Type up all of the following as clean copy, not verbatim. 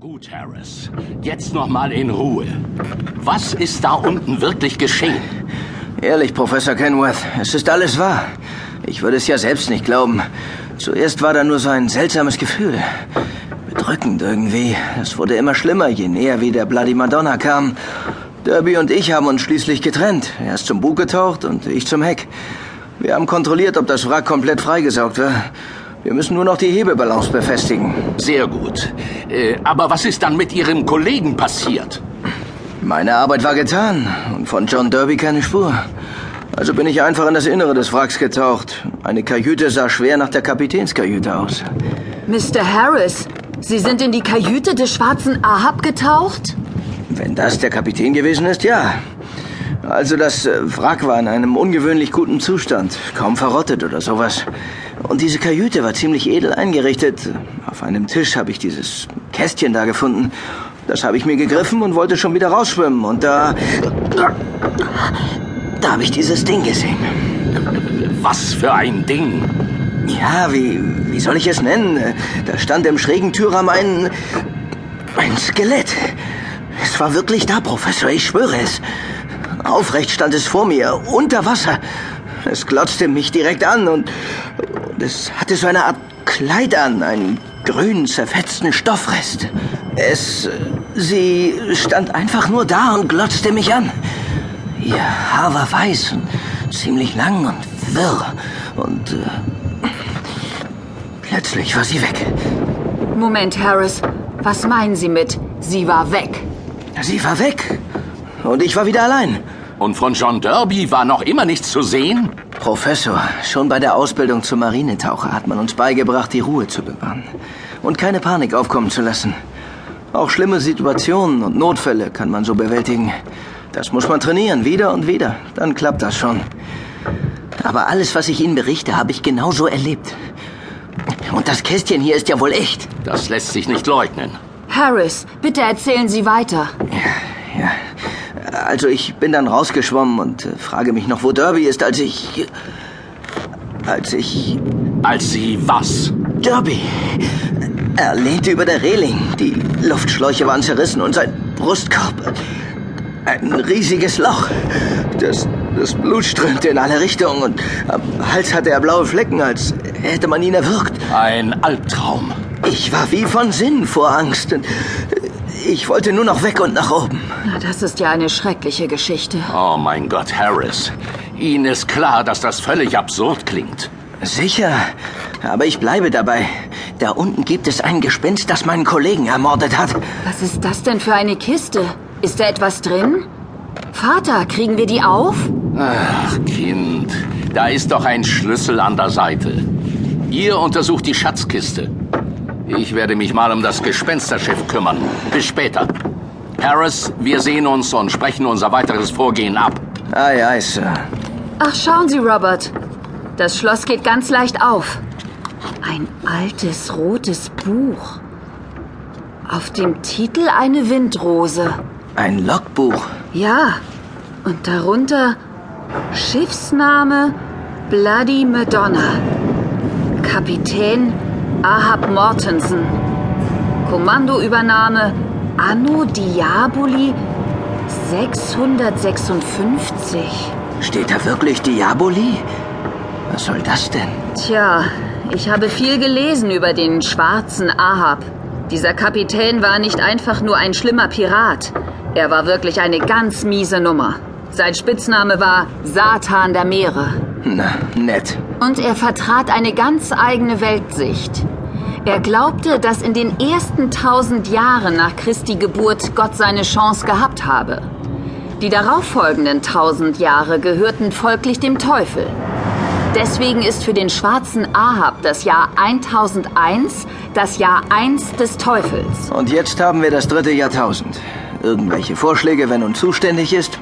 Gut, Harris. Jetzt noch mal in Ruhe. Was ist da unten wirklich geschehen? Ehrlich, Professor Kenworth, es ist alles wahr. Ich würde es ja selbst nicht glauben. Zuerst war da nur so ein seltsames Gefühl. Bedrückend irgendwie. Es wurde immer schlimmer, je näher wie der Bloody Madonna kam. Derby und ich haben uns schließlich getrennt. Er ist zum Bug getaucht und ich zum Heck. Wir haben kontrolliert, ob das Wrack komplett freigesaugt war. Wir müssen nur noch die Hebebalance befestigen. Sehr gut. Aber was ist dann mit Ihrem Kollegen passiert? Meine Arbeit war getan und von John Derby keine Spur. Also bin ich einfach in das Innere des Wracks getaucht. Eine Kajüte sah schwer nach der Kapitänskajüte aus. Mr. Harris, Sie sind in die Kajüte des schwarzen Ahab getaucht? Wenn das der Kapitän gewesen ist, ja. Also das Wrack war in einem ungewöhnlich guten Zustand, kaum verrottet oder sowas. Und diese Kajüte war ziemlich edel eingerichtet. Auf einem Tisch habe ich dieses Kästchen da gefunden. Das habe ich mir gegriffen und wollte schon wieder rausschwimmen. Und da habe ich dieses Ding gesehen. Was für ein Ding? Ja, wie soll ich es nennen? Da stand im schrägen Türrahmen ein Skelett. Es war wirklich da, Professor, ich schwöre es. Aufrecht stand es vor mir, unter Wasser. Es glotzte mich direkt an und es hatte so eine Art Kleid an, einen grünen, zerfetzten Stoffrest. Sie stand einfach nur da und glotzte mich an. Ihr Haar war weiß und ziemlich lang und wirr. Und plötzlich war sie weg. Moment, Harris, was meinen Sie mit, sie war weg? Sie war weg. Und ich war wieder allein. Und von John Derby war noch immer nichts zu sehen? Professor, schon bei der Ausbildung zum Marinetaucher hat man uns beigebracht, die Ruhe zu bewahren. Und keine Panik aufkommen zu lassen. Auch schlimme Situationen und Notfälle kann man so bewältigen. Das muss man trainieren, wieder und wieder. Dann klappt das schon. Aber alles, was ich Ihnen berichte, habe ich genauso erlebt. Und das Kästchen hier ist ja wohl echt. Das lässt sich nicht leugnen. Harris, bitte erzählen Sie weiter. Ja. Also ich bin dann rausgeschwommen und frage mich noch, wo Derby ist, als ich... Als Sie was? Derby. Er lehnte über der Reling. Die Luftschläuche waren zerrissen und sein Brustkorb... Ein riesiges Loch. Das Blut strömte in alle Richtungen und am Hals hatte er blaue Flecken, als hätte man ihn erwürgt. Ein Albtraum. Ich war wie von Sinnen vor Angst und ich wollte nur noch weg und nach oben. Na, das ist ja eine schreckliche Geschichte. Oh mein Gott, Harris. Ihnen ist klar, dass das völlig absurd klingt. Sicher, aber ich bleibe dabei. Da unten gibt es ein Gespenst, das meinen Kollegen ermordet hat. Was ist das denn für eine Kiste? Ist da etwas drin? Vater, kriegen wir die auf? Ach, Kind, da ist doch ein Schlüssel an der Seite. Ihr untersucht die Schatzkiste. Ich werde mich mal um das Gespensterschiff kümmern. Bis später. Harris, wir sehen uns und sprechen unser weiteres Vorgehen ab. Aye, aye, Sir. Ach, schauen Sie, Robert. Das Schloss geht ganz leicht auf. Ein altes, rotes Buch. Auf dem Titel eine Windrose. Ein Logbuch? Ja, und darunter Schiffsname Bloody Madonna. Kapitän Ahab Mortensen. Kommandoübernahme Anno Diaboli 656. Steht da wirklich Diaboli? Was soll das denn? Tja, ich habe viel gelesen über den schwarzen Ahab. Dieser Kapitän war nicht einfach nur ein schlimmer Pirat. Er war wirklich eine ganz miese Nummer. Sein Spitzname war Satan der Meere. Na, nett. Und er vertrat eine ganz eigene Weltsicht. Er glaubte, dass in den ersten 1000 Jahren nach Christi Geburt Gott seine Chance gehabt habe. Die darauffolgenden 1000 Jahre gehörten folglich dem Teufel. Deswegen ist für den schwarzen Ahab das Jahr 1001 das Jahr 1 des Teufels. Und jetzt haben wir das 3. Jahrtausend. Irgendwelche Vorschläge, wer nun zuständig ist?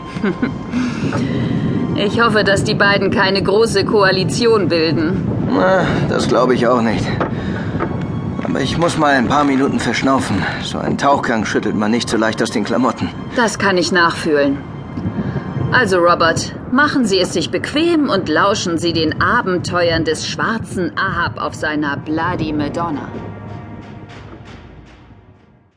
Ich hoffe, dass die beiden keine große Koalition bilden. Na, das glaube ich auch nicht. Aber ich muss mal ein paar Minuten verschnaufen. So einen Tauchgang schüttelt man nicht so leicht aus den Klamotten. Das kann ich nachfühlen. Also, Robert, machen Sie es sich bequem und lauschen Sie den Abenteuern des schwarzen Ahab auf seiner Bloody Madonna.